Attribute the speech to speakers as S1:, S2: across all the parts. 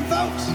S1: folks.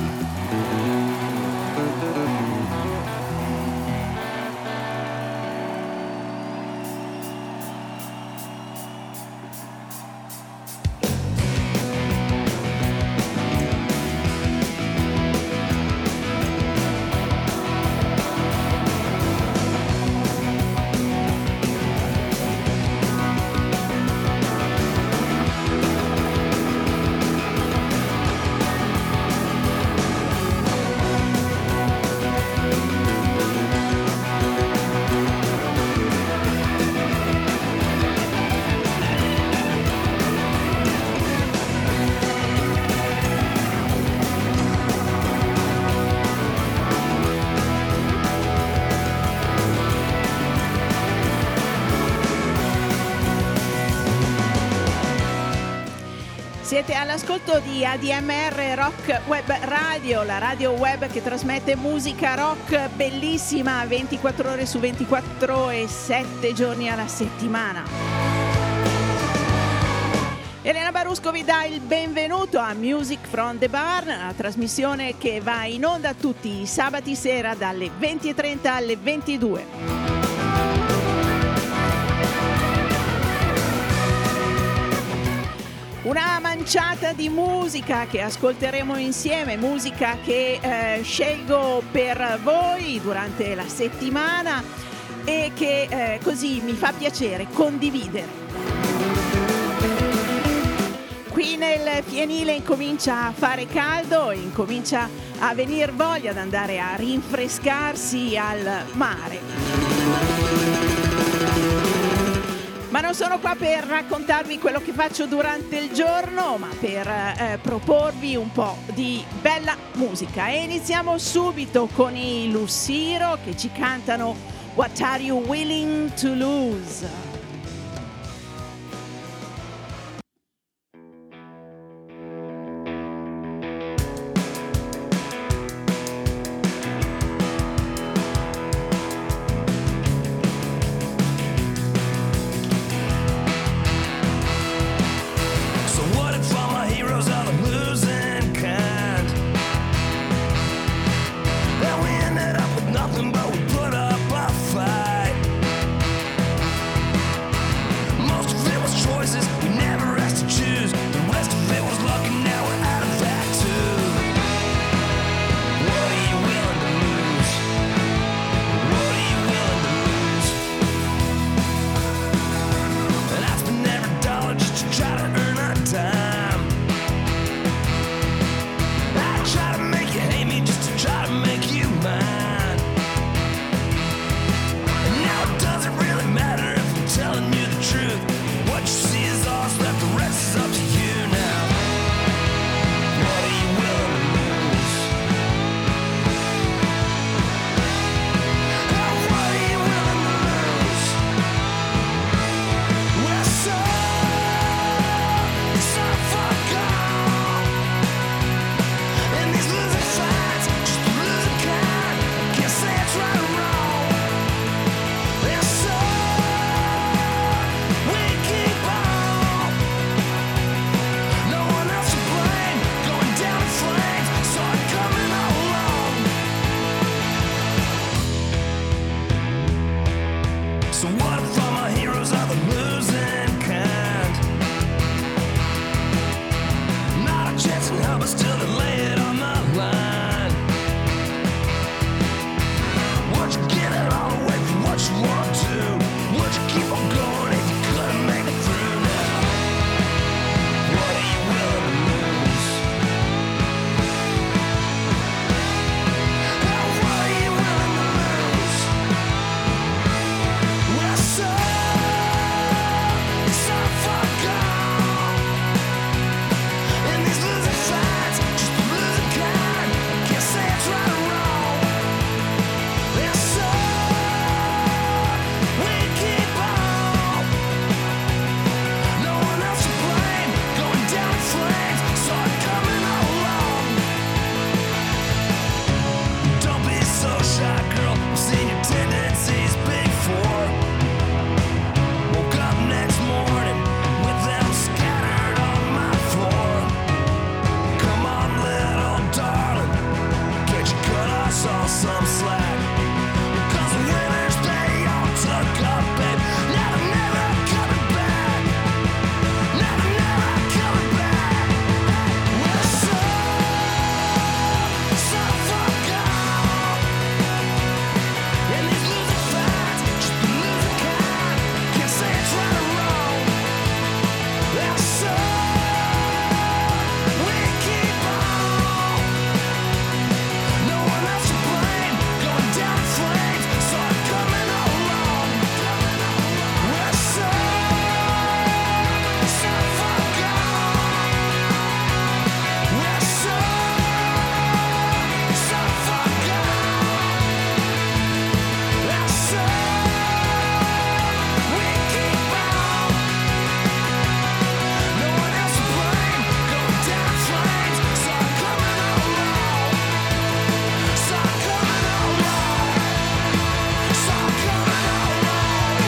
S2: Siete all'ascolto di ADMR Rock Web Radio, la radio web che trasmette musica rock bellissima 24 ore su 24 e 7 giorni alla settimana. Elena Barusco vi dà il benvenuto a Music from the Barn, la trasmissione che va in onda tutti i sabati sera dalle 20:30 alle 22. Una manciata di musica che ascolteremo insieme, musica che scelgo per voi durante la settimana e che così mi fa piacere condividere. Qui nel fienile incomincia a fare caldo, incomincia a venir voglia di andare a rinfrescarsi al mare. Ma non sono qua per raccontarvi quello che faccio durante il giorno, ma per proporvi un po' di bella musica. E iniziamo subito con i Luciro che ci cantano What Are You Willing to Lose?
S3: Nothing but we put up a fight.
S1: saw some slack. 'Cause the winners, they all took a bet. Now they're never coming back. Now they're never coming back. We're so fucked up. And these losing fights, just the losing kind. Can't say it's right or wrong. They're so we keep on. No one else to blame. Going down in flames. Saw it coming all along. We're so fucked up. We're so fucked up. We're so we keep on. No one else to blame. Going down in flames. Saw it coming all along. Saw it coming all along. Saw it coming all along.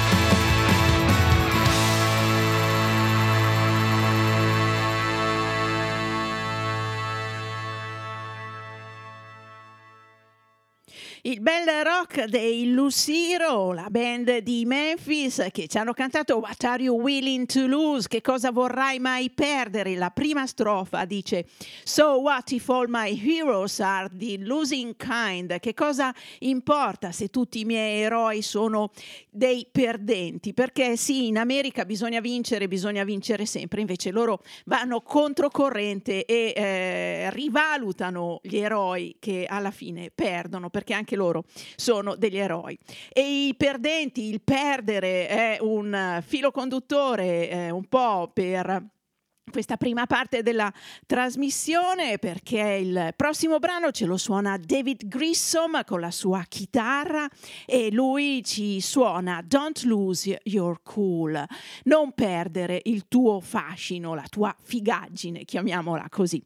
S2: Il bel rock dei Lucero, la band di Memphis che ci hanno cantato What Are You Willing to Lose? Che cosa vorrai mai perdere? La prima strofa dice So what if all my heroes are the losing kind? Che cosa importa se tutti i miei eroi sono dei perdenti? Perché sì, in America bisogna vincere sempre, invece loro vanno controcorrente e rivalutano gli eroi che alla fine perdono, perché anche loro sono degli eroi. E i perdenti, il perdere è un filo conduttore un po' per questa prima parte della trasmissione, perché il prossimo brano ce lo suona David Grissom con la sua chitarra e lui ci suona Don't Lose Your Cool, non perdere il tuo fascino, la tua figaggine, chiamiamola così.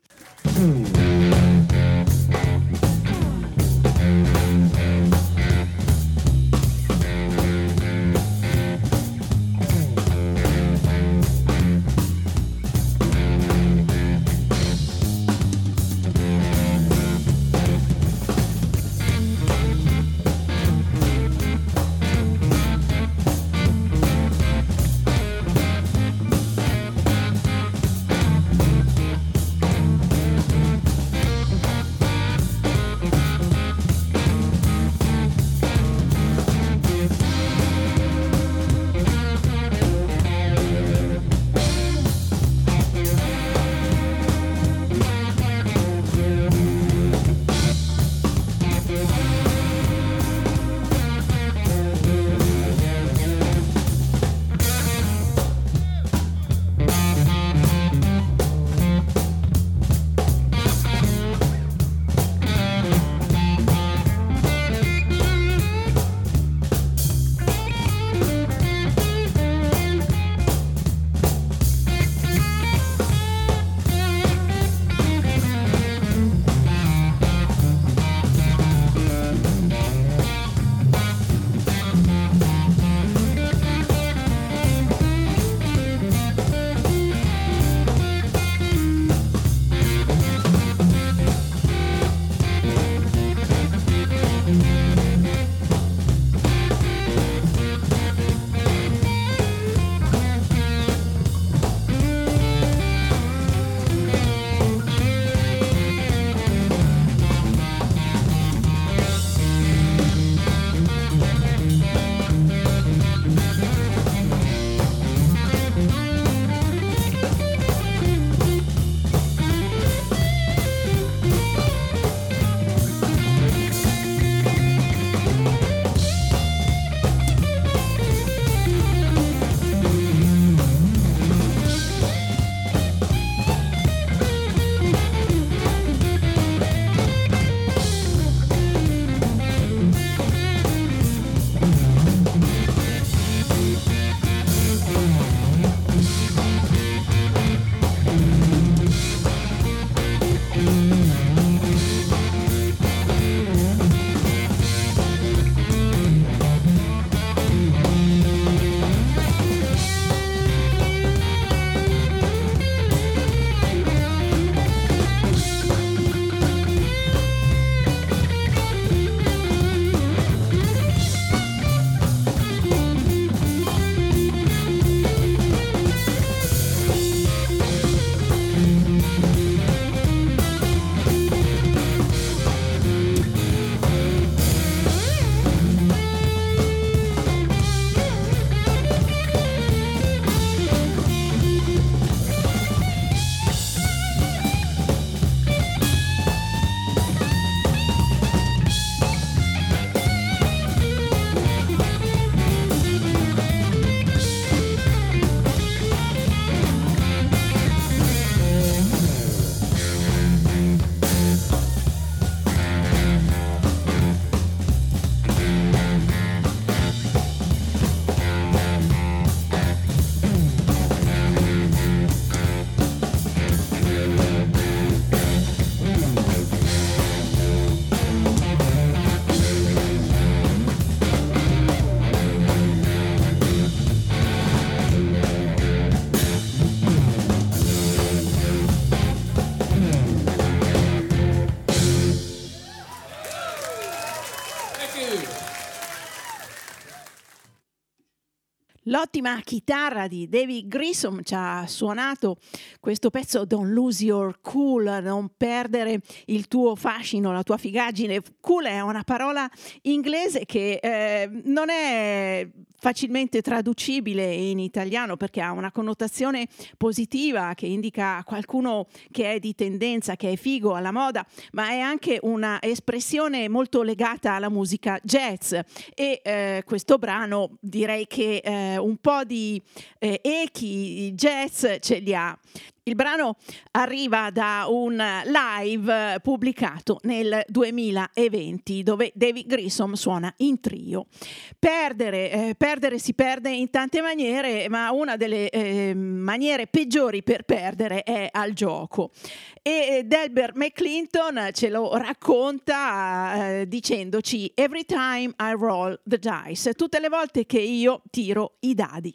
S2: L'ottima chitarra di David Grissom ci ha suonato questo pezzo Don't Lose Your Cool, non perdere il tuo fascino, la tua figaggine. Cool è una parola inglese che non è facilmente traducibile in italiano perché ha una connotazione positiva che indica qualcuno che è di tendenza, che è figo, alla moda, ma è anche una espressione molto legata alla musica jazz e questo brano direi che un po' di echi jazz ce li ha. Il brano arriva da un live pubblicato nel 2020 dove David Grissom suona in trio. Perdere si perde in tante maniere, ma una delle maniere peggiori per perdere è al gioco. E Delbert McClinton ce lo racconta dicendoci "Every time I roll the dice", tutte le volte che io tiro i dadi.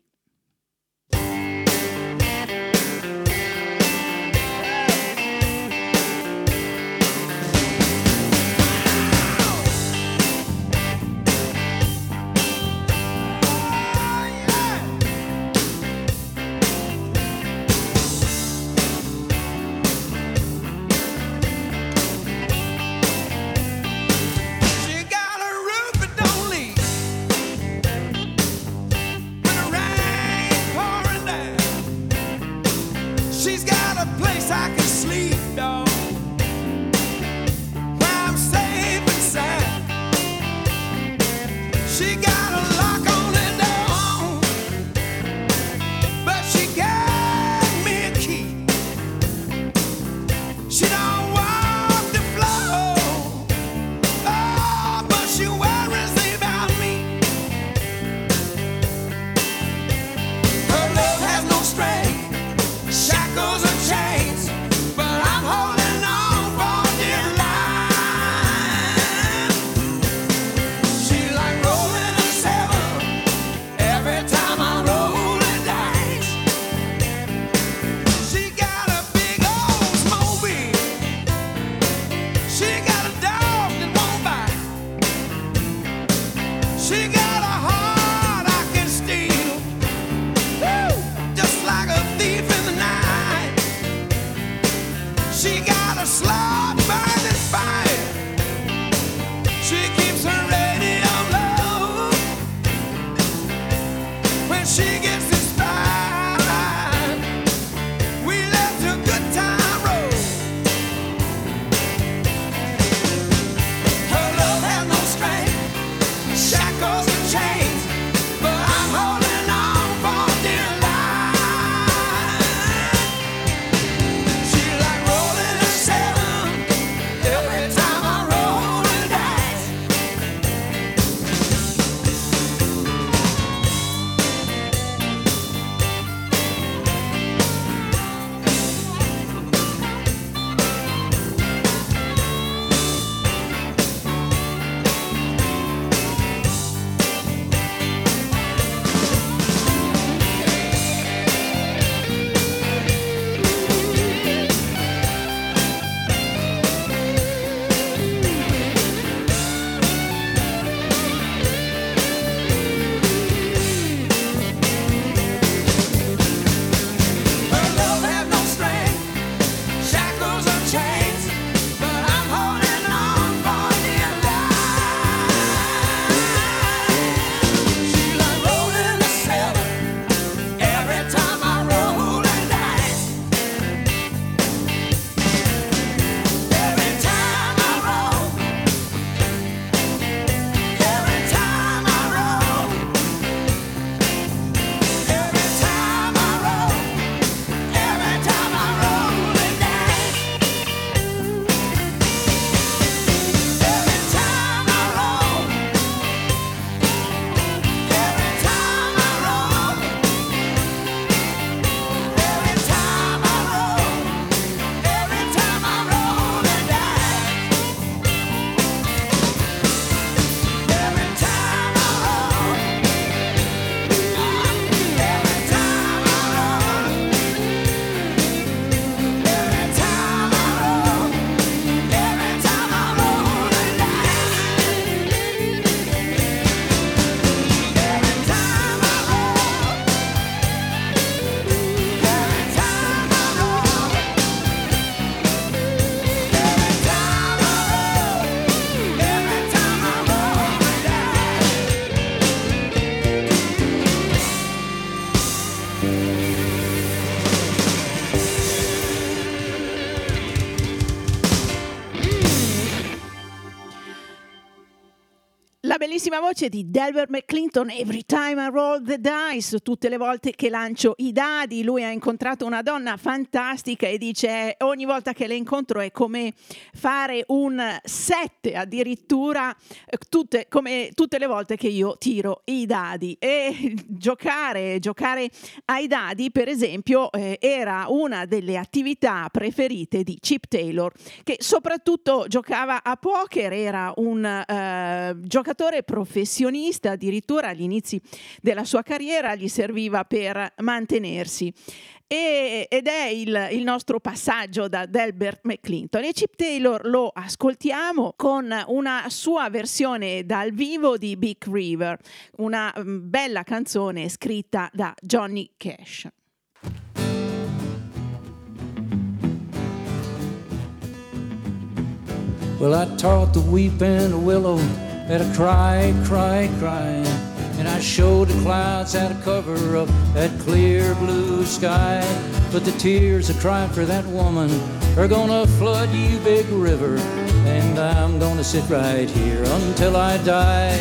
S1: She got a roof that don't leak. When the rain
S2: La bellissima voce di Delbert McClinton, Every Time I Roll the Dice, tutte le volte che lancio i dadi. Lui ha incontrato una donna fantastica e dice ogni volta che le incontro è come fare un 7 addirittura, come tutte le volte che io tiro i dadi. E giocare ai dadi, per esempio, era una delle attività preferite di Chip Taylor, che soprattutto giocava a poker, era un giocatore professionista, addirittura agli inizi della sua carriera gli serviva per mantenersi. Ed è il nostro passaggio da Delbert McClinton, e Chip Taylor lo ascoltiamo con una sua versione dal vivo di Big River, una bella canzone scritta da Johnny Cash.
S3: Well, I taught the weeping willow how to cry, cry, cry. And I showed the clouds how to cover up that clear blue sky. But the tears I cried for that woman are gonna flood you, Big River. And I'm gonna sit right here until I die.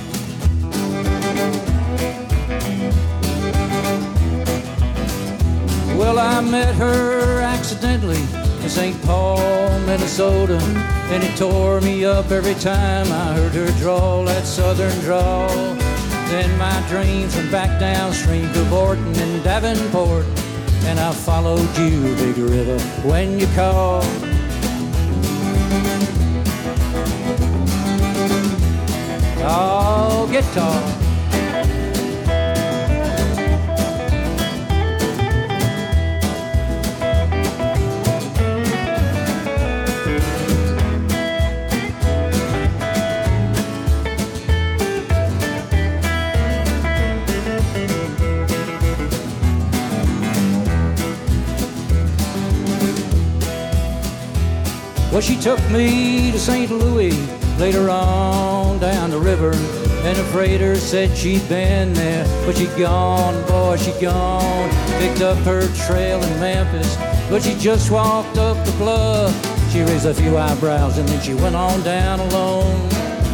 S3: Well, I met her accidentally in St. Paul, Minnesota, and it tore me up every time I heard her drawl that southern drawl. Then my dreams went back downstream to Borton and Davenport, and I followed you, Big River, when you called. Oh, guitar. Well, she took me to St. Louis later on down the river, and the freighter said she'd been there, but she'd gone, boy, she'd gone. Picked up her trail in Memphis, but she just walked up the bluff. She raised a few eyebrows and then she went on down alone.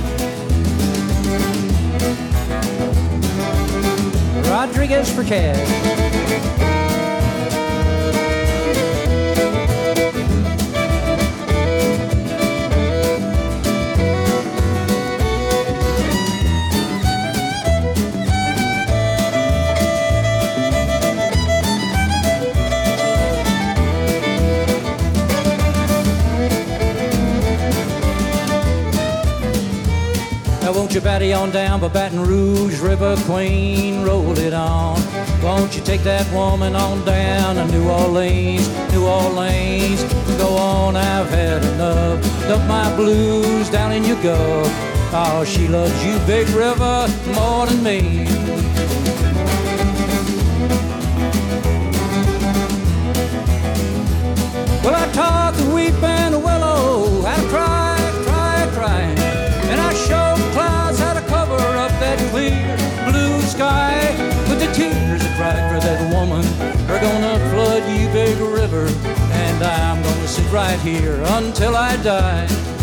S3: Rodriguez for cash. Won't you batty on down by Baton Rouge, River Queen, roll it on. Won't you take that woman on down to New Orleans, New Orleans. Go on, I've had enough. Dump my blues down in your gulf. Oh, she loves you, Big River, more than me. Well, I taught the weeping willow how to cry, cry, cry. And I showed clouds how to cover up that clear blue sky. But the tears I cried for that woman are gonna flood you, Big River. And I'm gonna sit right here until I die.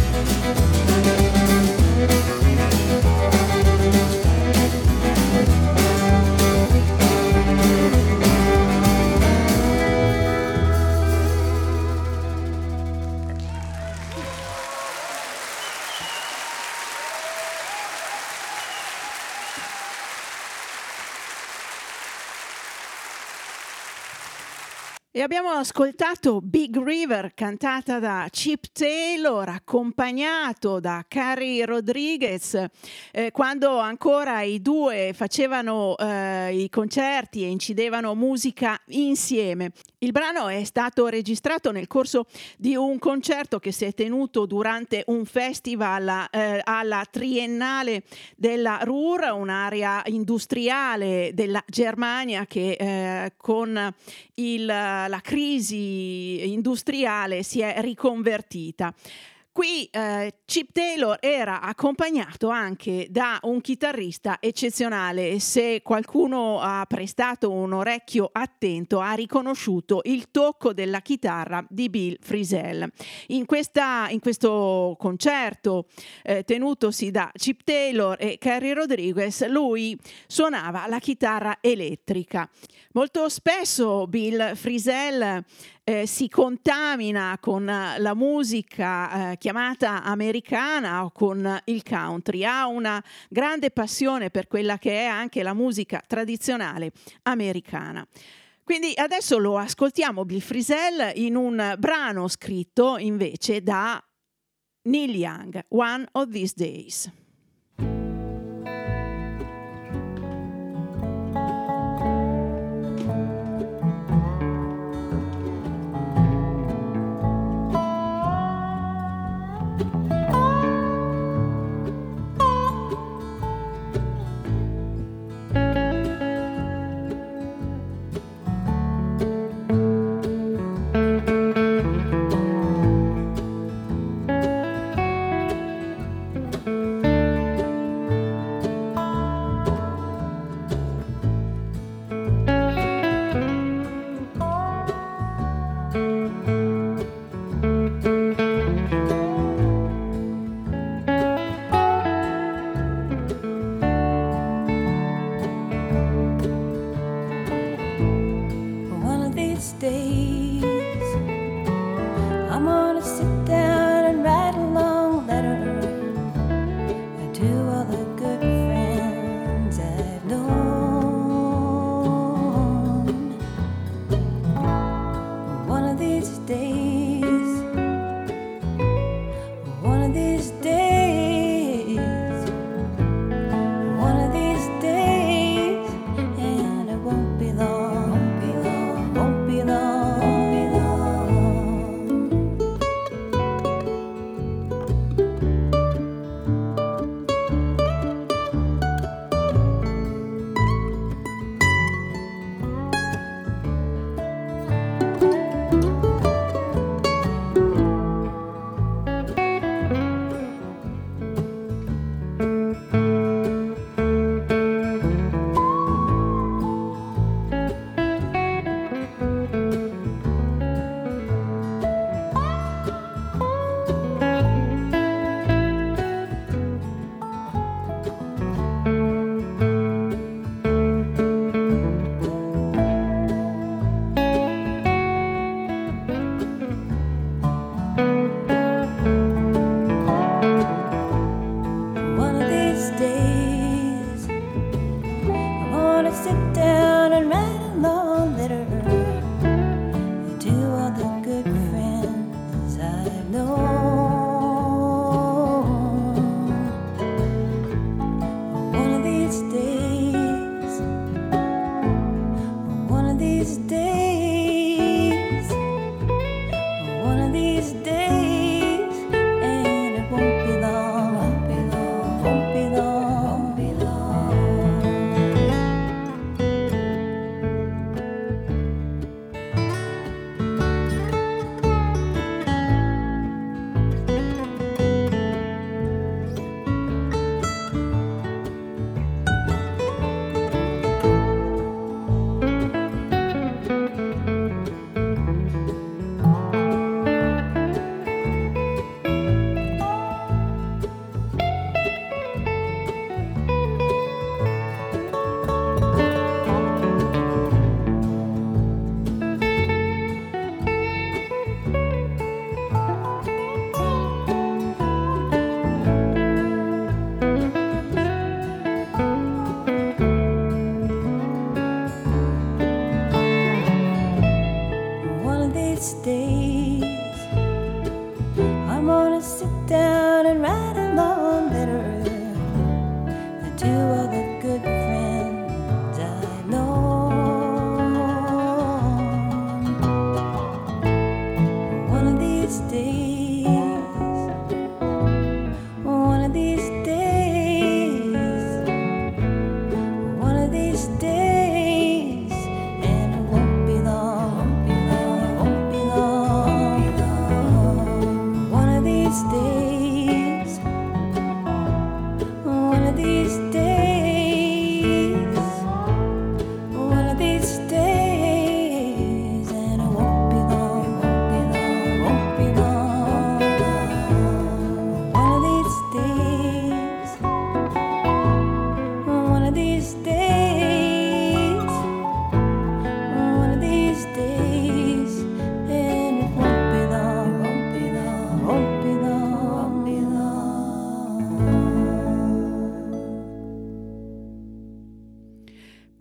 S2: E abbiamo ascoltato Big River cantata da Chip Taylor, accompagnato da Carrie Rodriguez, quando ancora i due facevano i concerti e incidevano musica insieme. Il brano è stato registrato nel corso di un concerto che si è tenuto durante un festival alla Triennale della Ruhr, un'area industriale della Germania che con la crisi industriale si è riconvertita. Qui Chip Taylor era accompagnato anche da un chitarrista eccezionale. Se qualcuno ha prestato un orecchio attento ha riconosciuto il tocco della chitarra di Bill Frisell. In questo concerto tenutosi da Chip Taylor e Carrie Rodriguez, lui suonava la chitarra elettrica. Molto spesso Bill Frisell si contamina con la musica chiamata americana o con il country, ha una grande passione per quella che è anche la musica tradizionale americana. Quindi adesso lo ascoltiamo Bill Frisell in un brano scritto invece da Neil Young, One of These Days.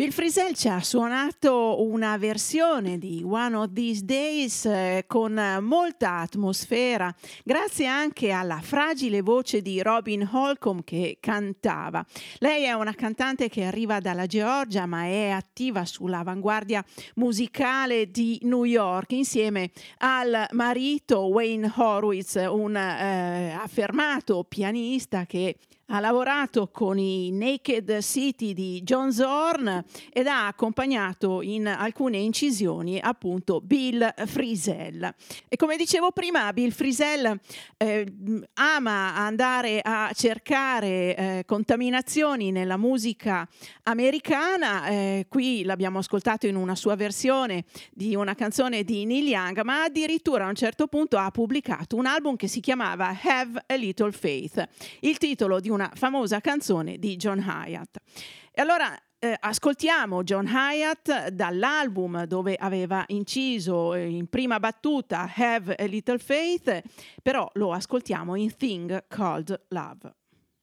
S2: Bill Frisell ci ha suonato una versione di One of These Days con molta atmosfera, grazie anche alla fragile voce di Robin Holcomb che cantava. Lei è una cantante che arriva dalla Georgia, ma è attiva sull'avanguardia musicale di New York insieme al marito Wayne Horowitz, un affermato pianista che ha lavorato con i Naked City di John Zorn ed ha accompagnato in alcune incisioni appunto Bill Frisell. E come dicevo prima, Bill Frisell ama andare a cercare contaminazioni nella musica americana. Qui l'abbiamo ascoltato in una sua versione di una canzone di Neil Young, ma addirittura a un certo punto ha pubblicato un album che si chiamava Have a Little Faith, il titolo di una famosa canzone di John Hiatt. E allora ascoltiamo John Hiatt dall'album dove aveva inciso in prima battuta Have a Little Faith, però lo ascoltiamo in Thing Called Love.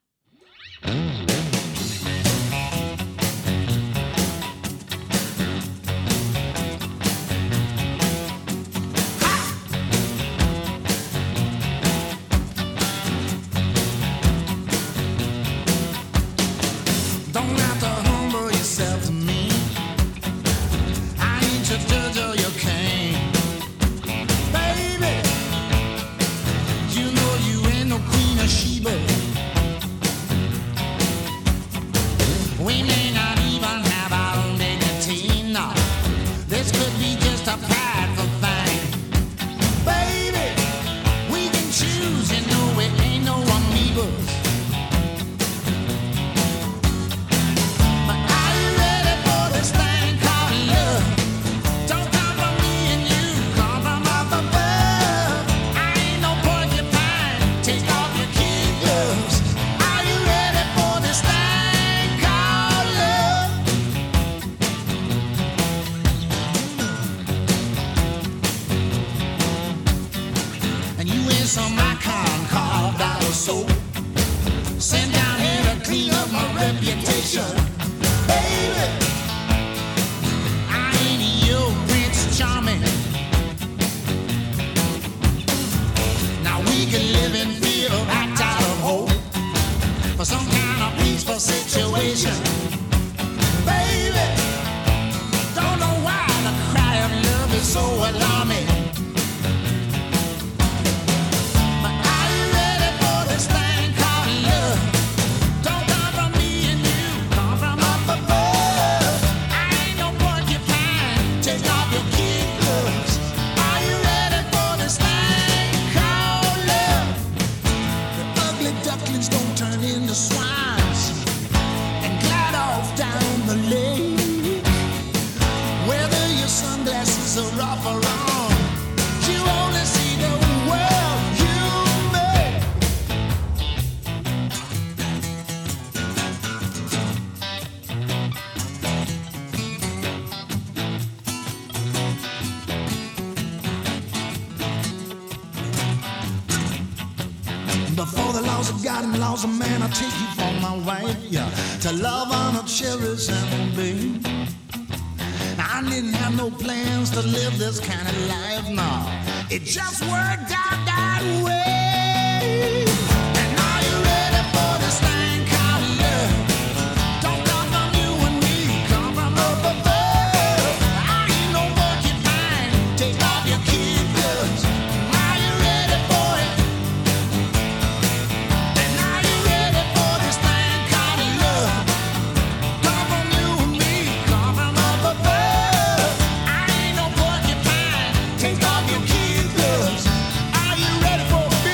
S1: Don't have to humble yourself to me. I ain't your judge or your king. Baby, you know you ain't no Queen of Sheba. We may not even have our own dignity, no. This could be just a prideful thing. Baby, we can choose, you know we ain't no amoebas. Some icon carved out of soul. Sent down here to clean up my reputation. Baby, I ain't your Prince Charming. Now we can live in fear, act out of hope for some kind of peaceful situation. Baby, don't know why the cry of love is so alarming. Before the laws of God and the laws of man, I'll take you for my wife, yeah. To love, honor, cherish, and obey. I didn't have no plans to live this kind of life, no. It just worked out that way. And are you ready for this thing called love? Don't come from you and me, come from up above. I ain't no porcupine, take off your kid gloves. Are you ready for it? Take off your kid gloves. Are you ready for a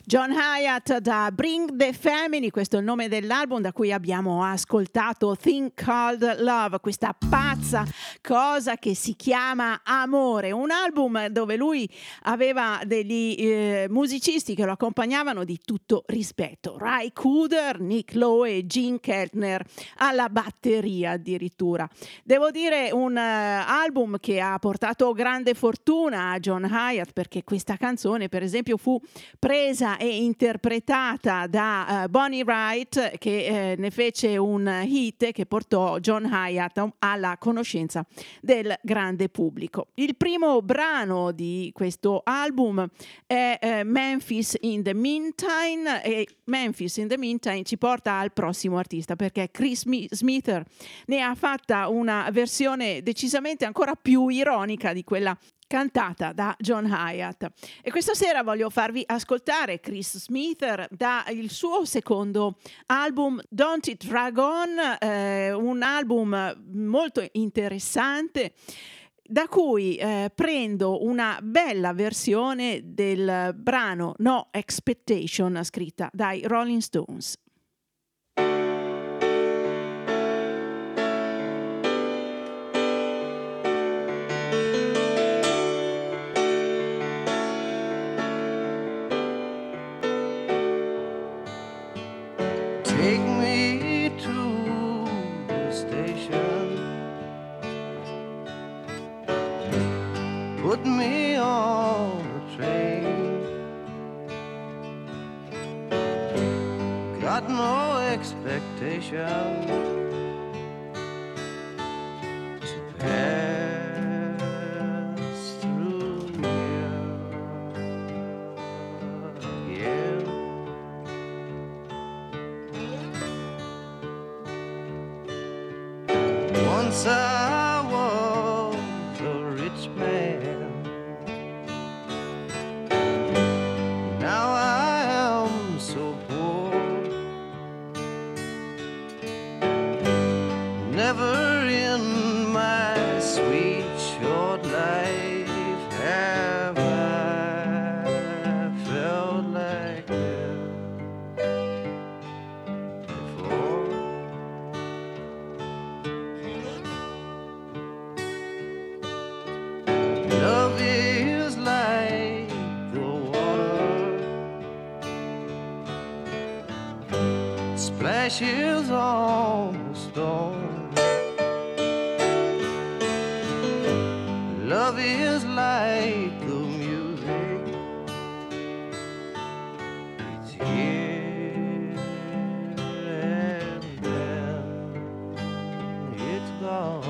S2: John Hyatt da Bring the Family, questo è il nome dell'album da cui abbiamo ascoltato Thing Called Love, questa pazza cosa che si chiama amore, un album dove lui aveva degli musicisti che lo accompagnavano di tutto rispetto, Ry Cooder, Nick Lowe e Gene Keltner alla batteria addirittura. Devo dire un album che ha portato grande fortuna a John Hyatt, perché questa canzone per esempio fu presa e interpretata da Bonnie Wright, che ne fece un hit che portò John Hyatt alla conoscenza del grande pubblico. Il primo brano di questo album è Memphis in the Meantime, e Memphis in the Meantime ci porta al prossimo artista, perché Chris Smither ne ha fatta una versione decisamente ancora più ironica di quella cantata da John Hyatt. E questa sera voglio farvi ascoltare Chris Smither da il suo secondo album Don't It Drag On, un album molto interessante da cui prendo una bella versione del brano No Expectation scritta dai Rolling Stones.
S4: Take me to the station, put me on the train, got no expectation to pass through here. Once I was a rich man, now I am so poor. Never in my sweet short life have I felt like this before. Love is like the water, splashes on the stone. Love is like the music, it's here and then it's gone.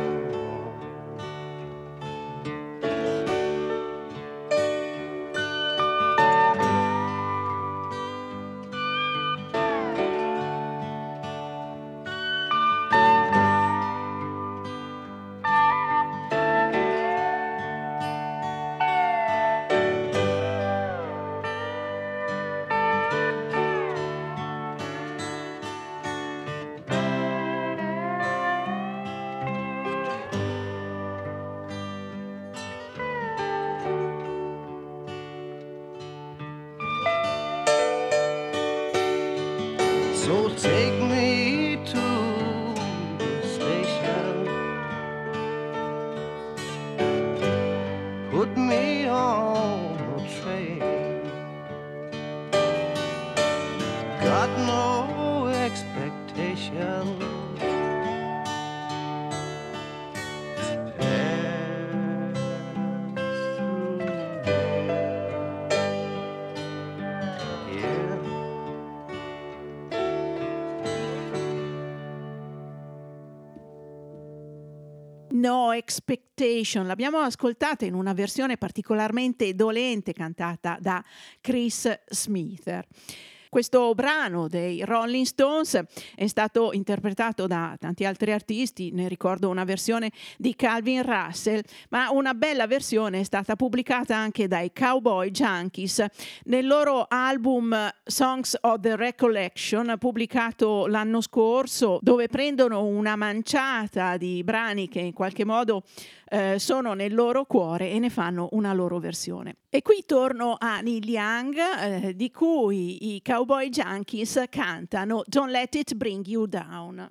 S4: So take me to the station, put me on the train, got no expectation to pass through here.
S2: No Expectation, l'abbiamo ascoltata in una versione particolarmente dolente cantata da Chris Smither. Questo brano dei Rolling Stones è stato interpretato da tanti altri artisti, ne ricordo una versione di Calvin Russell, ma una bella versione è stata pubblicata anche dai Cowboy Junkies nel loro album Songs of the Recollection, pubblicato l'anno scorso, dove prendono una manciata di brani che in qualche modo sono nel loro cuore e ne fanno una loro versione. E qui torno a Neil Young, di cui i Cowboy Junkies cantano Don't Let It Bring You Down.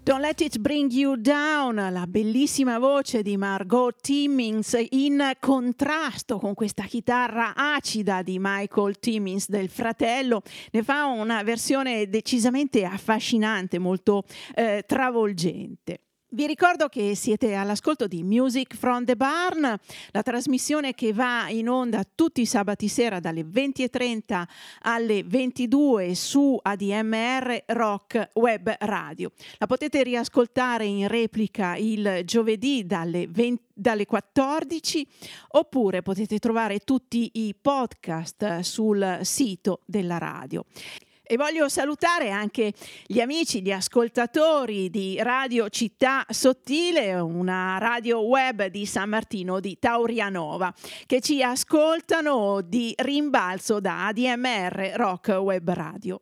S2: Don't Let It Bring You Down, la bellissima voce di Margot Timmins in contrasto con questa chitarra acida di Michael Timmins, del fratello, ne fa una versione decisamente affascinante, molto travolgente. Vi ricordo che siete all'ascolto di Music from the Barn, la trasmissione che va in onda tutti i sabati sera dalle 20:30 alle 22 su ADMR Rock Web Radio. La potete riascoltare in replica il giovedì dalle 14, oppure potete trovare tutti i podcast sul sito della radio. E voglio salutare anche gli amici, gli ascoltatori di Radio Città Sottile, una radio web di San Martino di Taurianova, che ci ascoltano di rimbalzo da ADMR Rock Web Radio.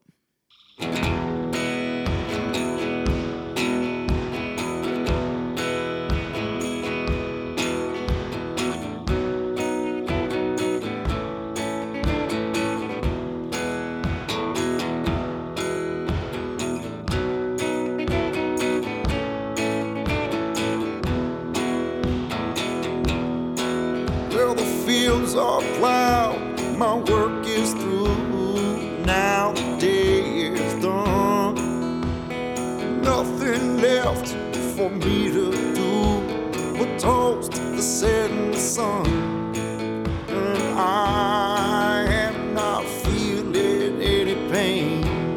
S5: Fields are plowed, my work is through. Now the day is done. Nothing left for me to do but toast the setting sun. And I am not feeling any pain.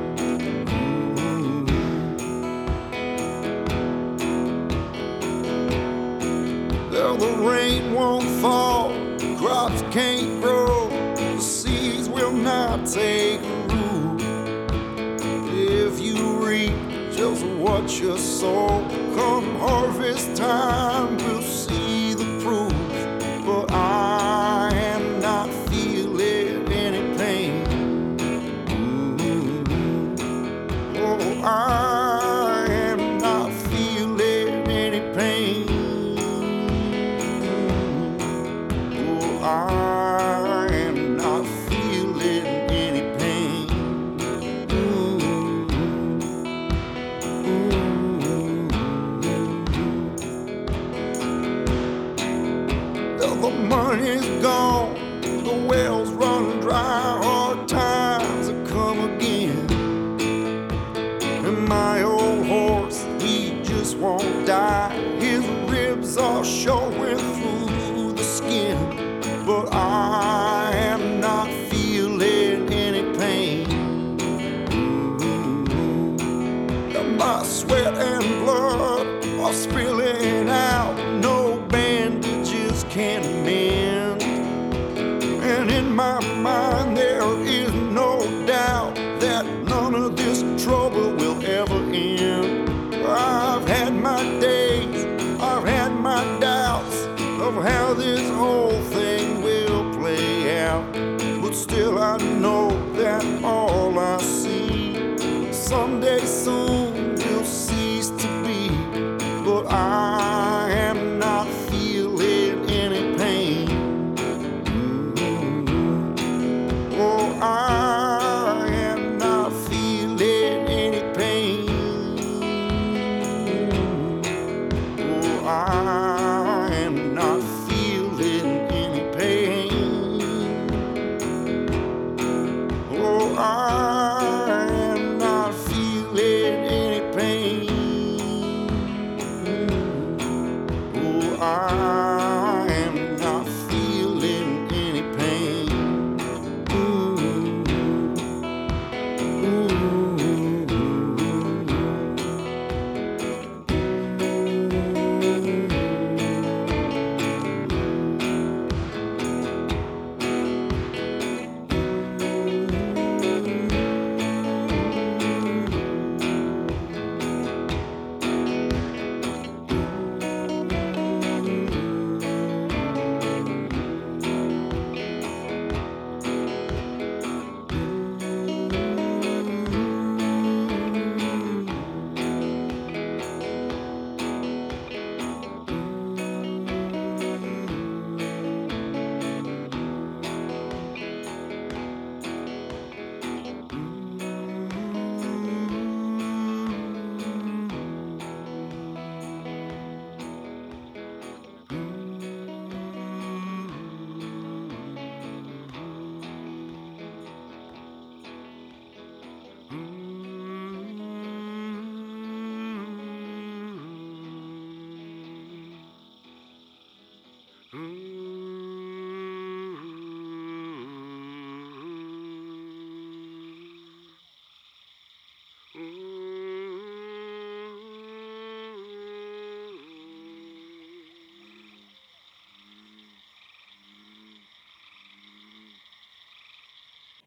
S5: Well, the rain won't fall, crops can't grow, the seeds will not take root. If you reap just what you sow, come harvest time we'll see the proof. But I am not feeling any pain. Oh, I am not feeling any pain. I am not feeling any pain. The money's gone, the wells run dry, hard times have come again. And my old horse, he just won't die, his ribs are showing through the skin. But I am not feeling any pain. My sweat and blood are spilling out, no bandages can mend. And in my mind there is no doubt that none of this trouble will ever end. I've had my days, I've had my doubts of how this whole thing will play out. But still I know that all I see someday soon will cease to be. But I am not feeling any pain. Oh, I am not feeling any pain. Oh, I am not feeling any pain. Oh, I am not feeling any pain.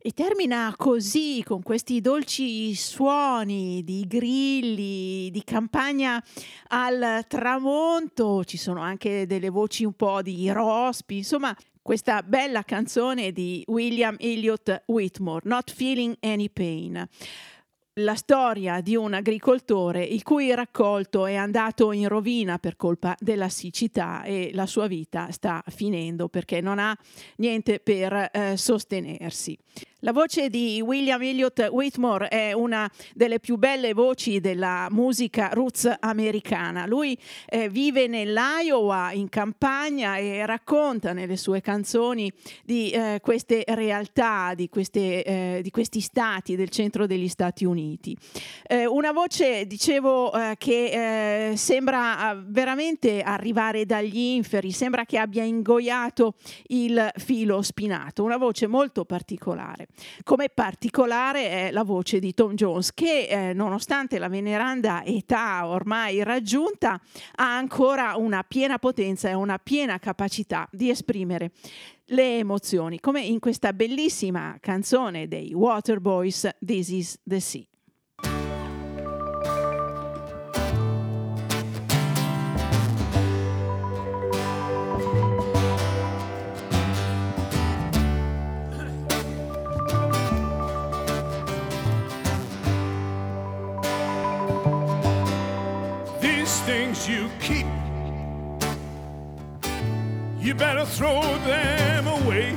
S2: E termina così, con questi dolci suoni di grilli, di campagna al tramonto. Ci sono anche delle voci un po' di rospi, insomma, questa bella canzone di William Elliott Whitmore, Not Feeling Any Pain. La storia di un agricoltore il cui raccolto è andato in rovina per colpa della siccità e la sua vita sta finendo perché non ha niente per sostenersi. La voce di William Elliott Whitmore è una delle più belle voci della musica roots americana. Lui vive nell'Iowa, in campagna, e racconta nelle sue canzoni di queste realtà, di questi stati del centro degli Stati Uniti. Una voce, dicevo, che sembra veramente arrivare dagli inferi, sembra che abbia ingoiato il filo spinato, una voce molto particolare. Come particolare è la voce di Tom Jones, che nonostante la veneranda età ormai raggiunta ha ancora una piena potenza e una piena capacità di esprimere le emozioni, come in questa bellissima canzone dei Waterboys, This is the Sea.
S6: Things you keep, you better throw them away.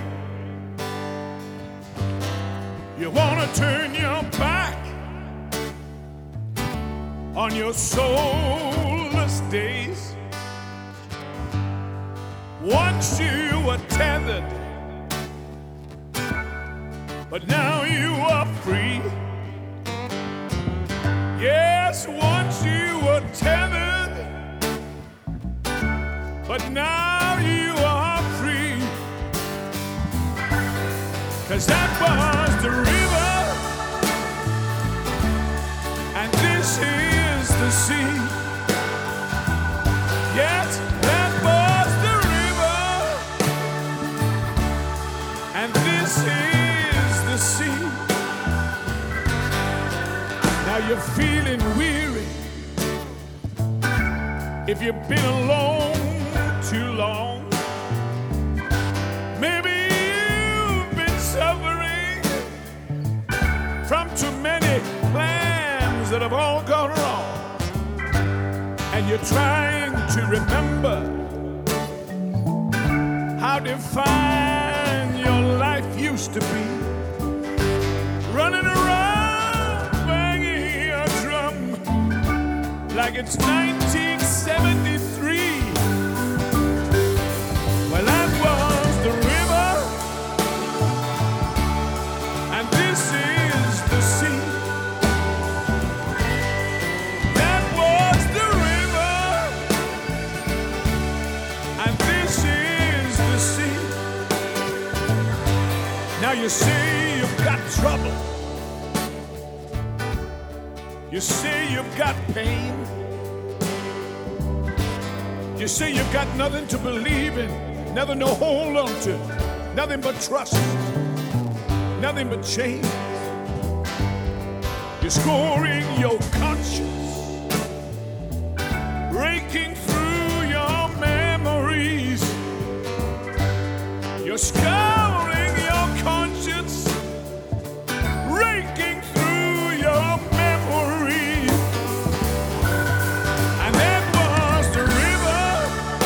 S6: You want to turn your back on your soulless days. Once you were tethered, but now you are free. Yes, once you were tethered, but now you are free. 'Cause that was the river, and this is the sea. Yes, that was the river, and this is the sea. Now you're feeling weary, if you've been alone too long. Maybe you've been suffering from too many plans that have all gone wrong, and you're trying to remember how defined your life used to be. Running around banging a drum like it's 1973. Well, that was the river, and this is the sea. That was the river, and this is the sea. Now you say you've got trouble, you say you've got pain, you say you've got nothing to believe in, nothing to hold on to, nothing but trust, nothing but change. You're scoring your conscience, breaking through your memories. You're scoring your conscience, breaking through your memories. And that was the river,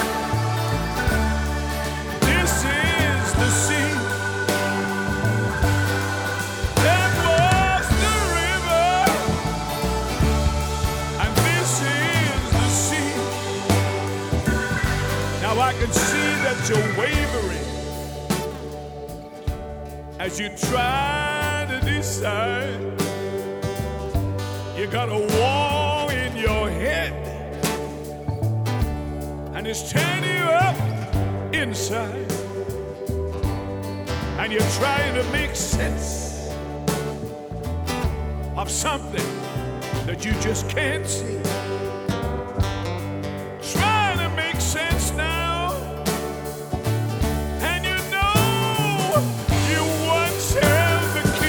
S6: this is the sea. That was the river, and this is the sea. Now I can see that you're wavering as you try to decide. You got a wall in your head, and it's tearing you up inside, and you're trying to make sense of something that you just can't see. Trying to make sense now, and you know you once held the key.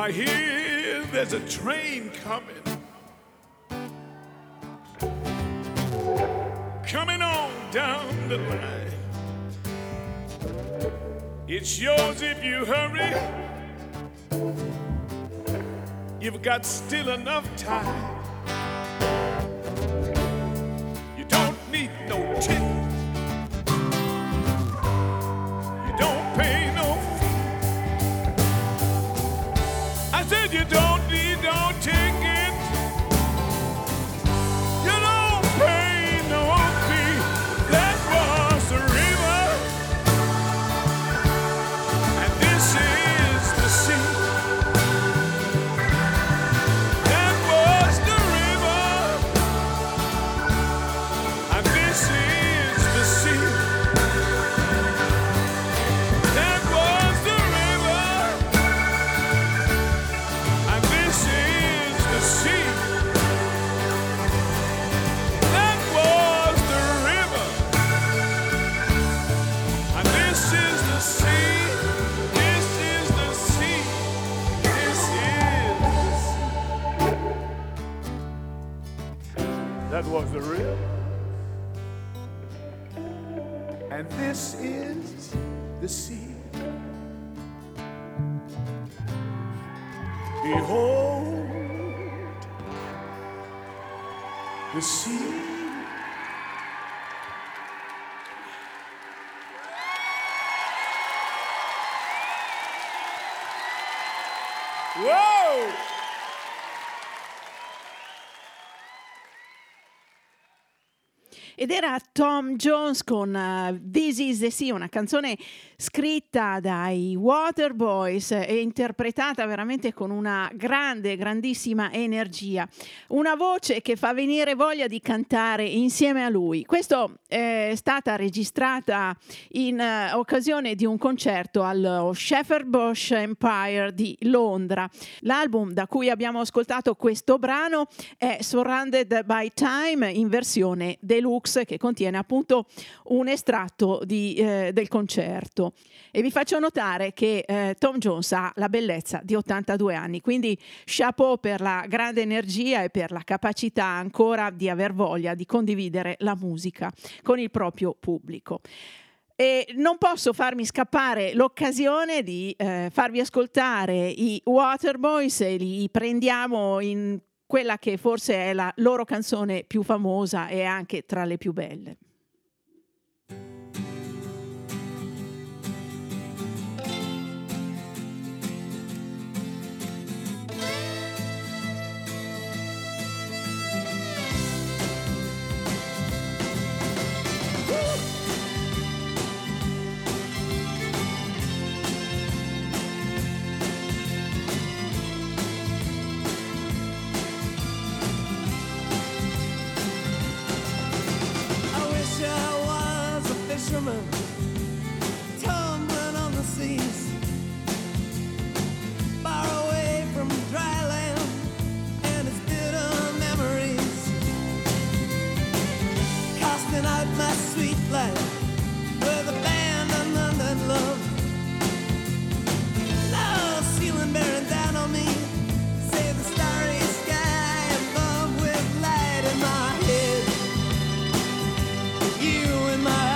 S6: I hear there's a train coming. Coming on down the line. It's yours if you hurry. You've got still enough time. You don't need no ticket. You don't pay no fee. I said you don't need no ticket. You don't pay no fee. That was the river, and this is the sea. That was the river, and this is the sea. That was the river, and this is the sea. That was the river, and this is the sea. This is the sea. This is the sea. That was the river, and this is the sea. Behold the sea. Whoa!
S2: Ed era Tom Jones con This Is the Sea, una canzone scritta dai Waterboys e interpretata veramente con una grandissima energia. Una voce che fa venire voglia di cantare insieme a lui. Questo è stata registrata in occasione di un concerto allo Shepherd Bush Empire di Londra. L'album da cui abbiamo ascoltato questo brano è Surrounded by Time in versione deluxe, che contiene appunto un estratto del concerto. E vi faccio notare che Tom Jones ha la bellezza di 82 anni, quindi chapeau per la grande energia e per la capacità ancora di aver voglia di condividere la musica con il proprio pubblico. E non posso farmi scappare l'occasione di farvi ascoltare i Waterboys, e li prendiamo in quella che forse è la loro canzone più famosa e anche tra le più belle.
S1: Fisherman tumbling on the seas, far away from dry land and its bitter memories, casting out my sweet life with abandoned London love. Love ceiling bearing down on me, say the starry sky above with light in my head, you in my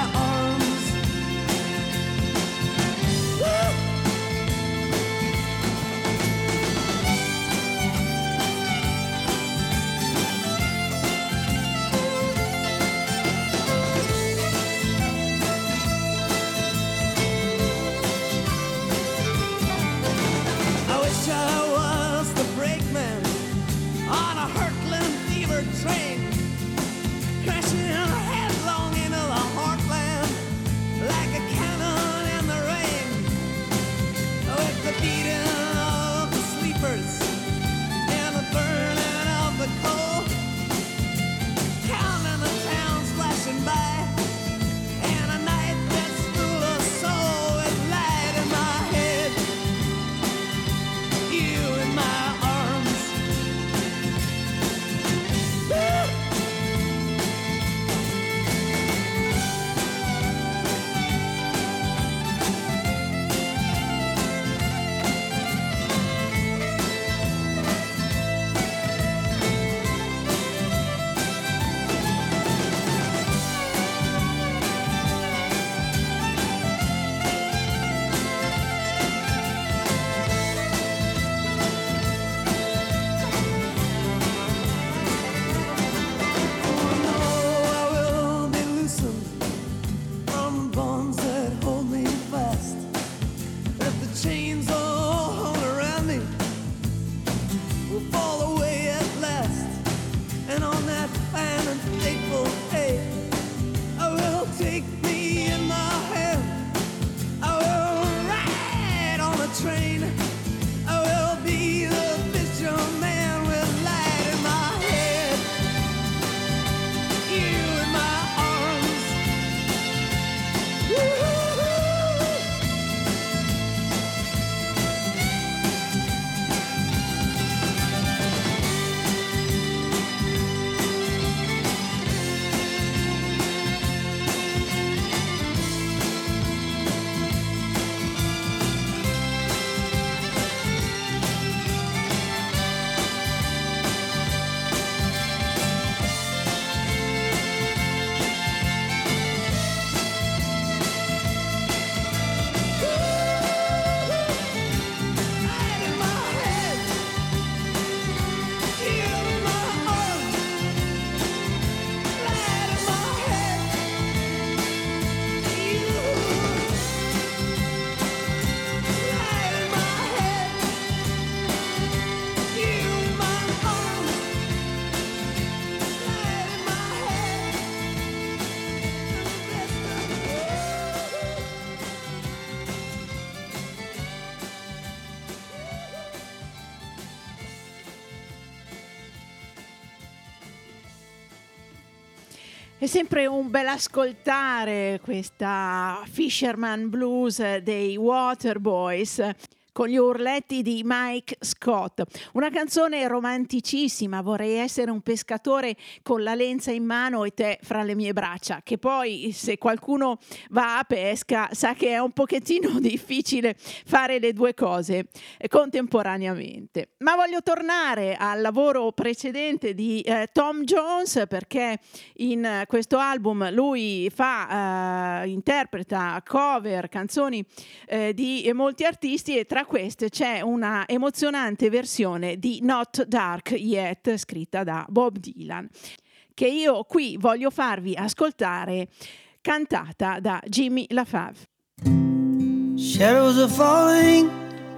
S2: È sempre un bel ascoltare questa Fisherman Blues dei Waterboys con gli urletti di Mike Scott. Una canzone romanticissima, vorrei essere un pescatore con la lenza in mano e te fra le mie braccia, che poi se qualcuno va a pesca sa che è un pochettino difficile fare le due cose contemporaneamente. Ma voglio tornare al lavoro precedente di Tom Jones, perché in questo album lui interpreta cover, canzoni di molti artisti, e tra queste c'è una emozionante versione di Not Dark Yet scritta da Bob Dylan, che io qui voglio farvi ascoltare, cantata da Jimmy LaFave.
S7: Shadows are falling,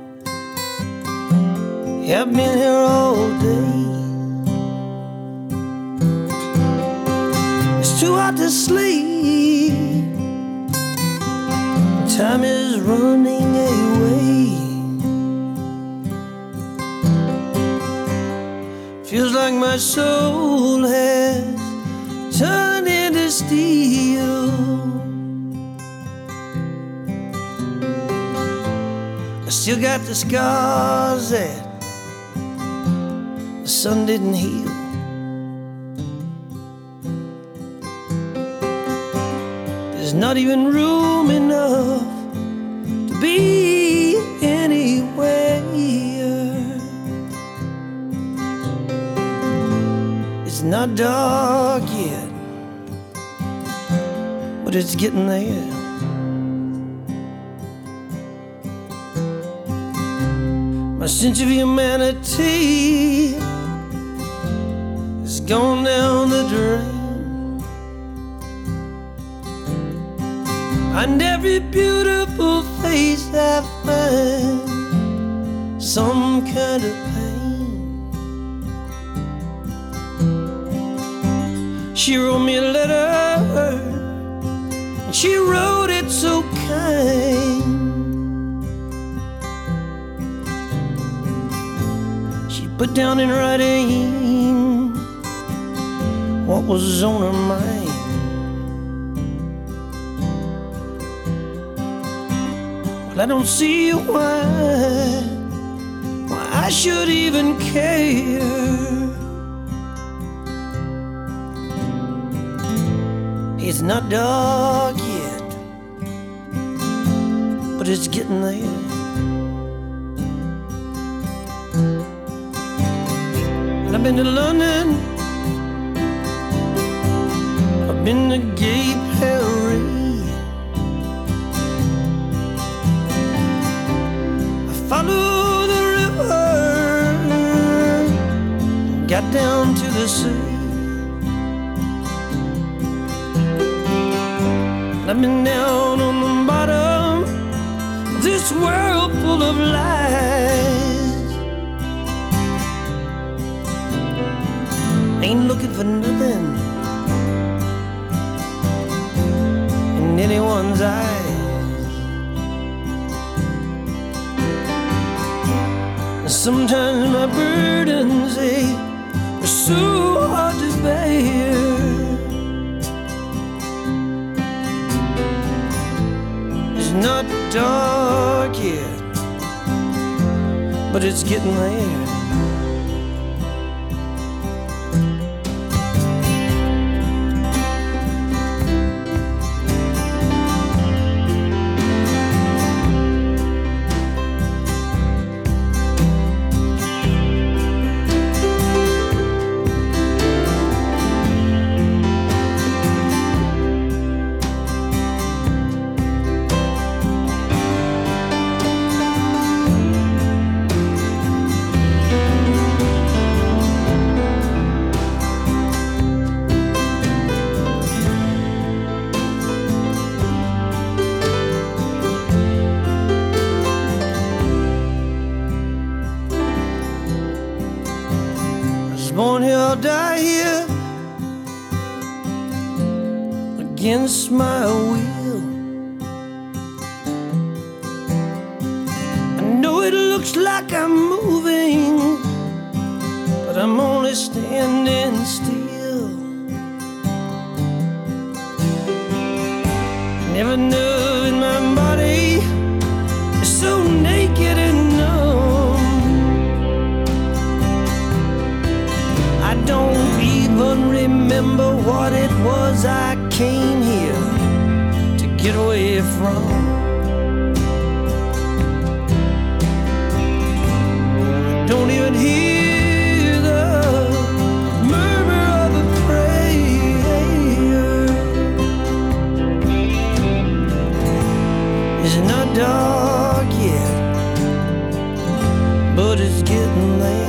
S7: I've been here all day. It's too hot to sleep, time is running away. Feels like my soul has turned into steel. I still got the scars that the sun didn't heal. There's not even room enough to be anywhere. It's not dark yet, but it's getting there. My sense of humanity has gone down the drain, and every beautiful face I find some kind of pain. She wrote me a letter, and she wrote it so kind. She put down in writing what was on her mind. Well, I don't see why I should even care. It's not dark yet, but it's getting there. And I've been to London, I've been to Gay Paris, I followed the river, got down to the sea. I've been down on the bottom of this world full of lies. Ain't looking for nothing in anyone's eyes. And sometimes my burdens, they are so hard to bear. It's not dark yet, but it's getting there. Born here, I'll die here against my will. I know it looks like I'm moving, but I'm only standing still. Never nerve in my body is so naked and numb. I don't even remember what it was I came here to get away from. Don't even hear the murmur of a prayer. It's not dark yet, but it's getting late.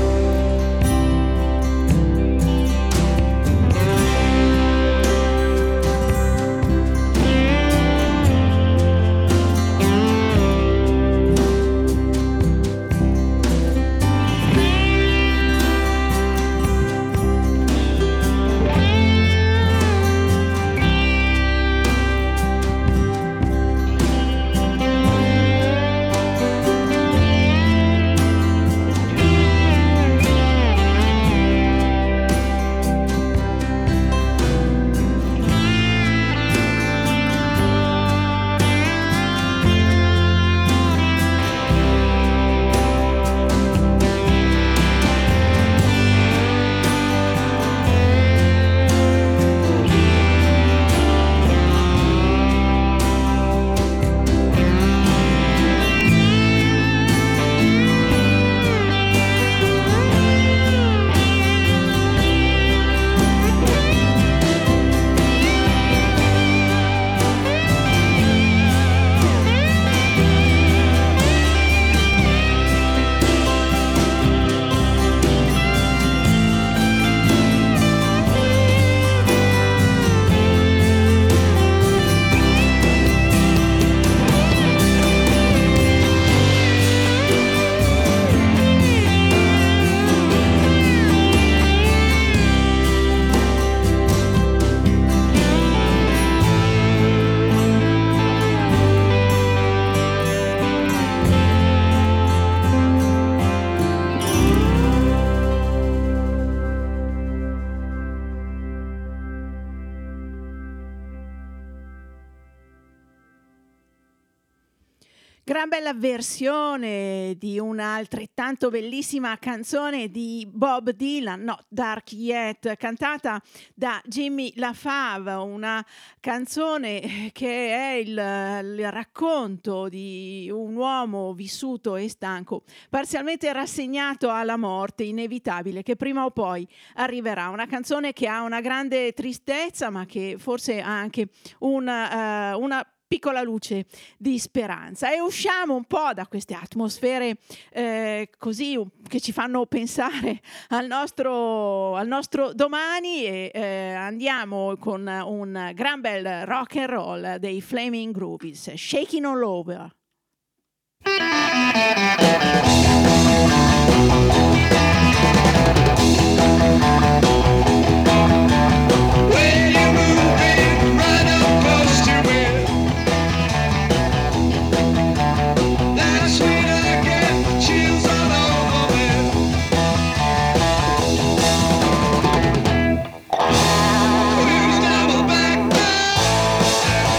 S2: Gran bella versione di una altrettanto bellissima canzone di Bob Dylan, Not Dark Yet, cantata da Jimmy LaFave, una canzone che è il racconto di un uomo vissuto e stanco, parzialmente rassegnato alla morte inevitabile che prima o poi arriverà. Una canzone che ha una grande tristezza, ma che forse ha anche una piccola luce di speranza. E usciamo un po' da queste atmosfere così che ci fanno pensare al nostro domani e andiamo con un gran bel rock and roll dei Flaming Groovies, Shaking All Over.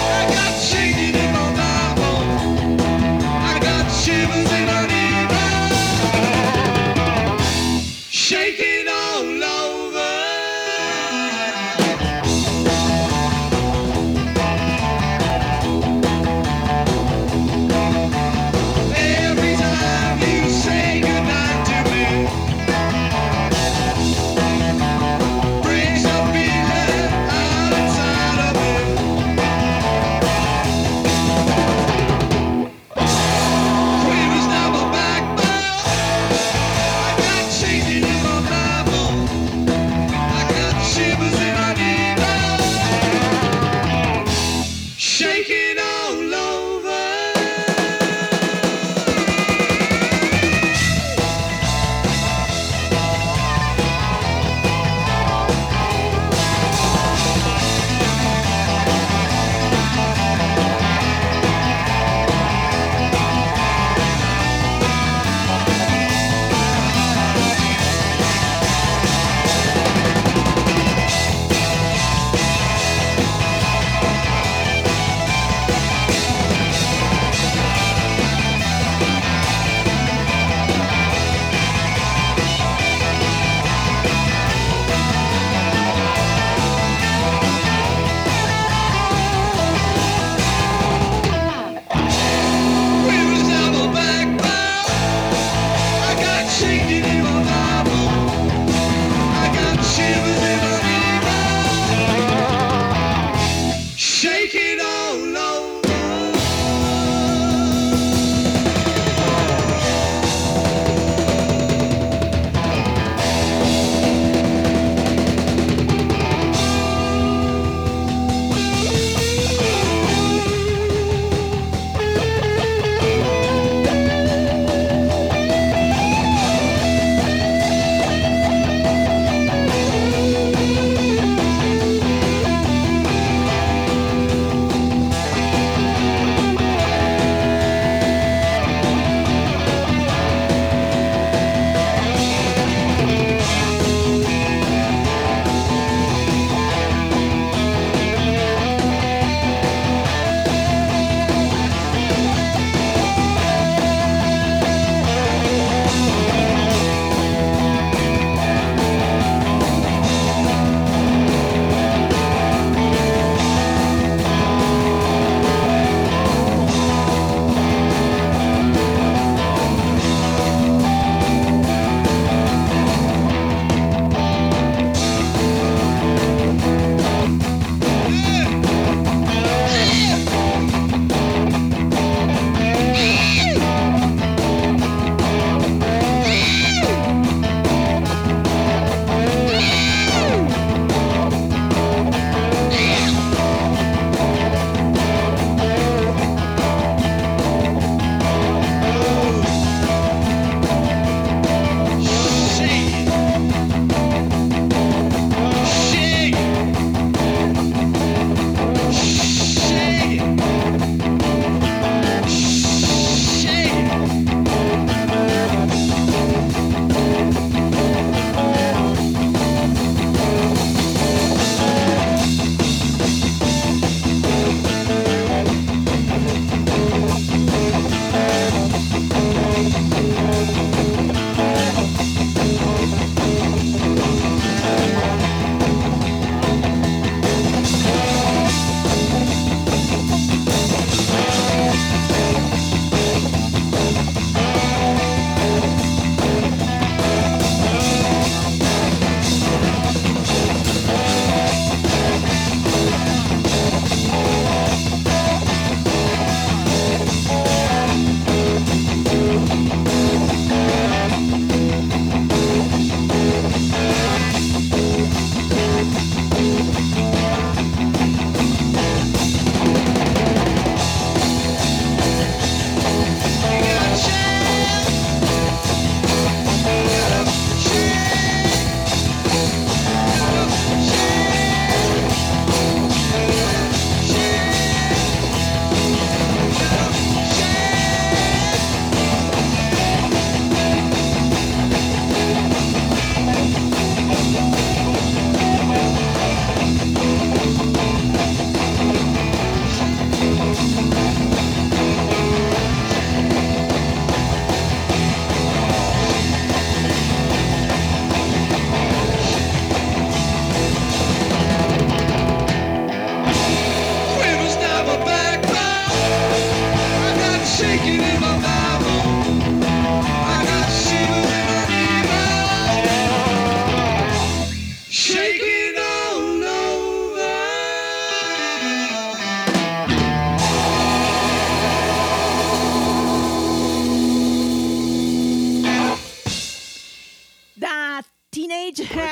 S1: Shivers in my knees.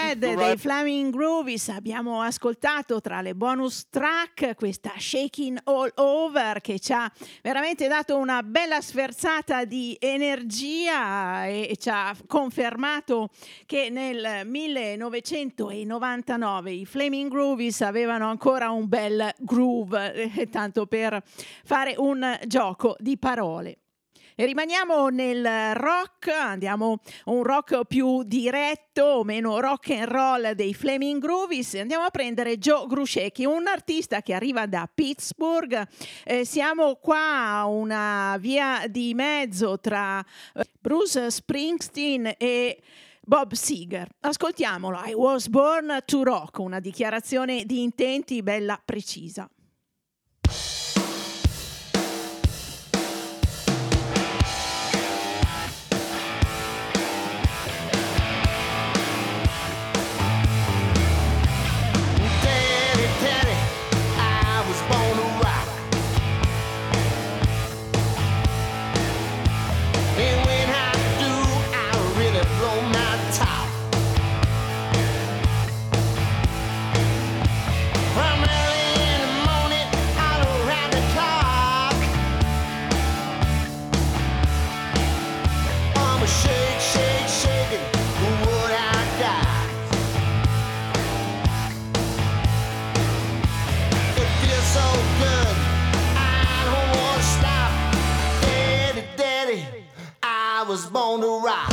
S2: Dead dei Flaming Groovies abbiamo ascoltato tra le bonus track questa Shaking All Over che ci ha veramente dato una bella sferzata di energia e ci ha confermato che nel 1999 i Flaming Groovies avevano ancora un bel groove, tanto per fare un gioco di parole. E rimaniamo nel rock, andiamo a un rock più diretto, o meno rock and roll dei Flaming Groovies. Andiamo a prendere Joe Gruscecki, un artista che arriva da Pittsburgh. Siamo qua a una via di mezzo tra Bruce Springsteen e Bob Seger. Ascoltiamolo, I Was Born to Rock, una dichiarazione di intenti bella precisa.
S8: Was born to rock.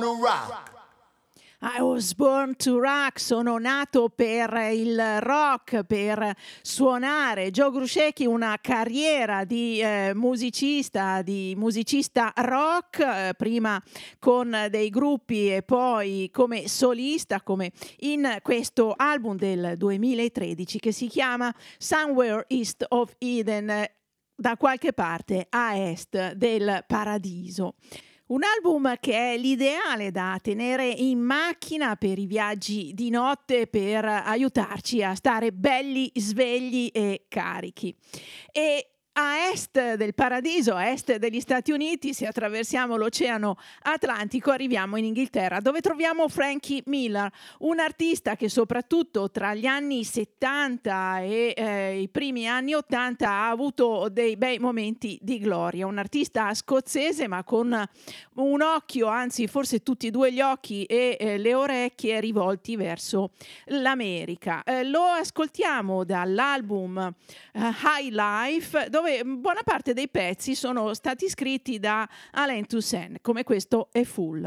S8: to rock.
S2: I was born to rock, sono nato per il rock, per suonare. Joe Grushecky, una carriera di musicista rock, prima con dei gruppi e poi come solista, come in questo album del 2013 che si chiama Somewhere East of Eden, da qualche parte a est del paradiso. Un album che è l'ideale da tenere in macchina per i viaggi di notte, per aiutarci a stare belli, svegli e carichi. E a est del paradiso, a est degli Stati Uniti, se attraversiamo l'Oceano Atlantico, arriviamo in Inghilterra, dove troviamo Frankie Miller, un artista che soprattutto tra gli anni 70 e i primi anni 80 ha avuto dei bei momenti di gloria. Un artista scozzese, ma con un occhio, anzi forse tutti e due gli occhi e le orecchie rivolti verso l'America. Lo ascoltiamo dall'album High Life, dove buona parte dei pezzi sono stati scritti da Alain Toussaint, come questo è Full.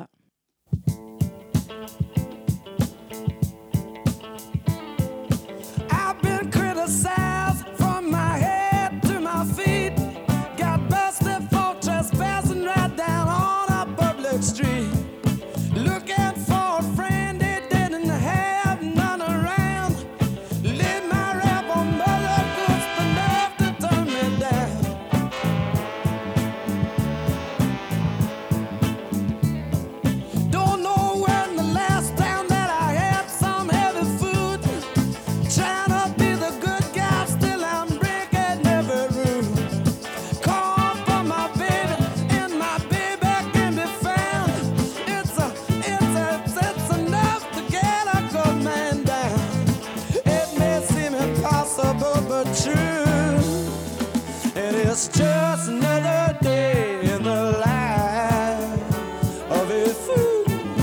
S7: I've been criticized from my head to my feet. Got busted for trespassing right down on a public street. Looking for a friend, they didn't have none around. Laid my rap on mother goods, the nerve to turn me down. Don't know when the last time that I had some heavy food. Trying to be the good guy, still I'm breaking every rule. Call for my baby, and my baby can be found. It's enough to get a good man down. It may seem impossible, but true. It is just another day in the life of a fool.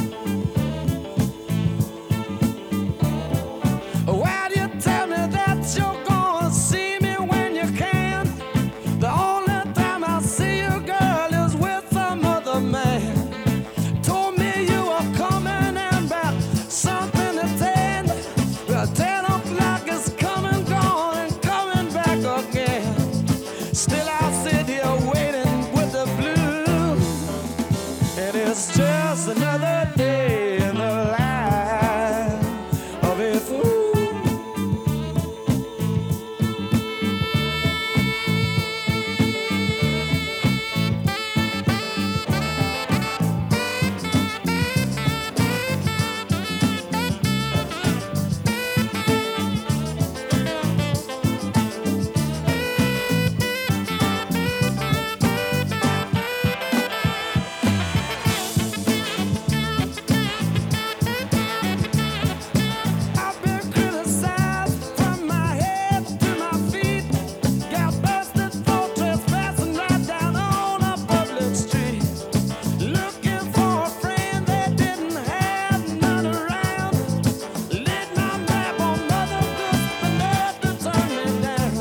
S7: Why do you tell me that you're gonna see me when you can? The only time I see you, girl, is with some other man. Told me you were coming and about something to 10. Well, 10 o'clock is coming, gone, and coming back again. Still I sit here waiting with the blues. It is just another day in the life of a fool. I've been criticized from my head to my feet. Got busted for trespassing right down on a public street. Looking for a friend, they didn't have none around. Laid my map on mother goods, the nerve to turn me down.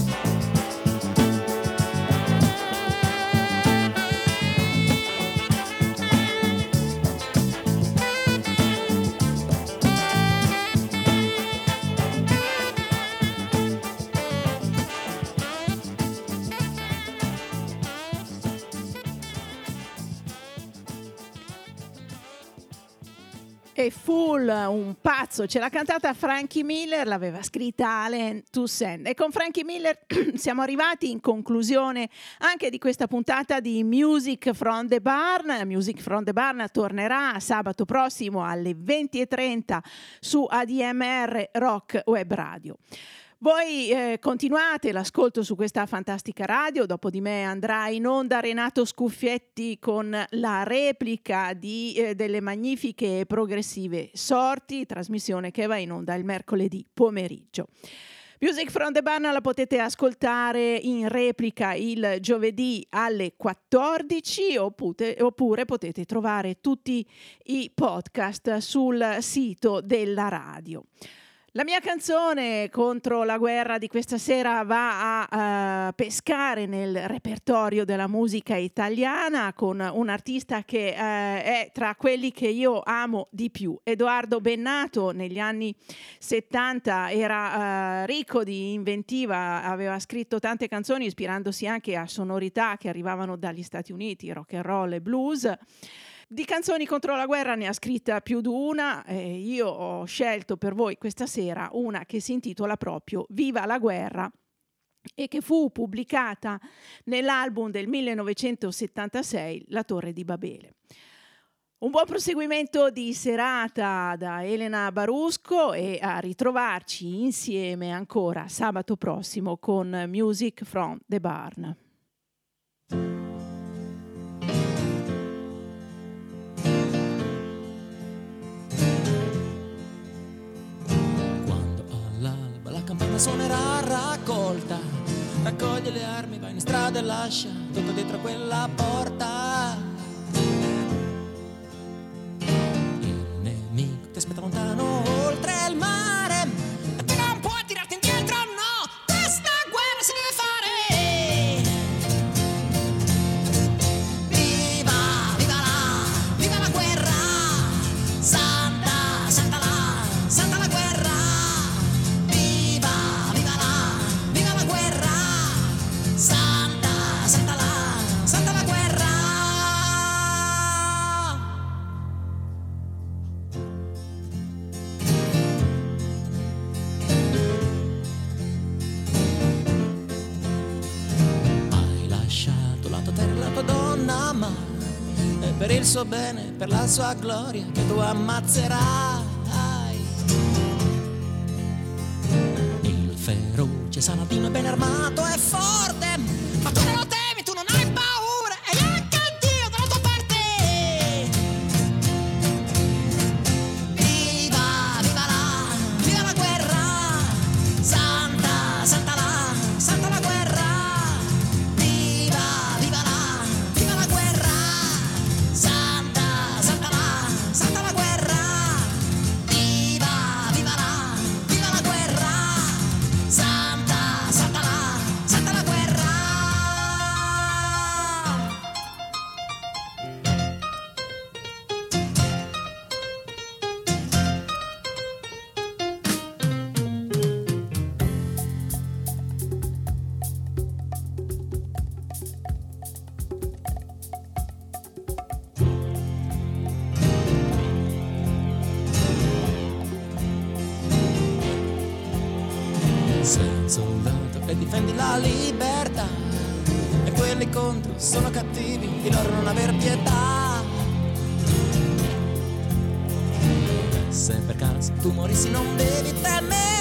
S2: E Full, un pazzo, ce l'ha cantata Frankie Miller, l'aveva scritta Alain Toussaint. E con Frankie Miller siamo arrivati in conclusione anche di questa puntata di Music from the Barn. Music from the Barn tornerà sabato prossimo alle 20:30 su ADMR Rock Web Radio. Voi continuate l'ascolto su questa fantastica radio, dopo di me andrà in onda Renato Scuffietti con la replica delle magnifiche e progressive Sorti, trasmissione che va in onda il mercoledì pomeriggio. Music from the Barn la potete ascoltare in replica il giovedì alle 14 oppure potete trovare tutti i podcast sul sito della radio. La mia canzone contro la guerra di questa sera va a pescare nel repertorio della musica italiana con un artista che è tra quelli che io amo di più. Edoardo Bennato negli anni 70 era ricco di inventiva, aveva scritto tante canzoni ispirandosi anche a sonorità che arrivavano dagli Stati Uniti, rock and roll e blues. Di canzoni contro la guerra ne ha scritta più di una, io ho scelto per voi questa sera una che si intitola proprio Viva la guerra e che fu pubblicata nell'album del 1976 La Torre di Babele. Un buon proseguimento di serata da Elena Barusco e a ritrovarci insieme ancora sabato prossimo con Music from the Barn.
S9: Campana suonerà raccolta, raccoglie le armi, vai in strada e lascia tutto dietro quella porta. Il nemico ti aspetta lontano oltre il mare e tu non puoi tirarti indietro, no, questa guerra si deve fare. Viva, viva la guerra, santa, santa la guerra. Santa la guerra. Hai lasciato la tua terra e la tua donna, ma è per il suo bene, per la sua gloria che tu ammazzerai. Il feroce Saladino è ben armato e forte, ma tu non lo temi, tu non hai paura e anche Dio dalla tua parte. Viva la guerra, santa la guerra. Viva la guerra, santa la guerra. Viva la guerra, santa la guerra. Sei un soldato e difendi la libertà e quelli contro sono cattivi, di loro non aver pietà. Se per caso tu morissi non devi temere,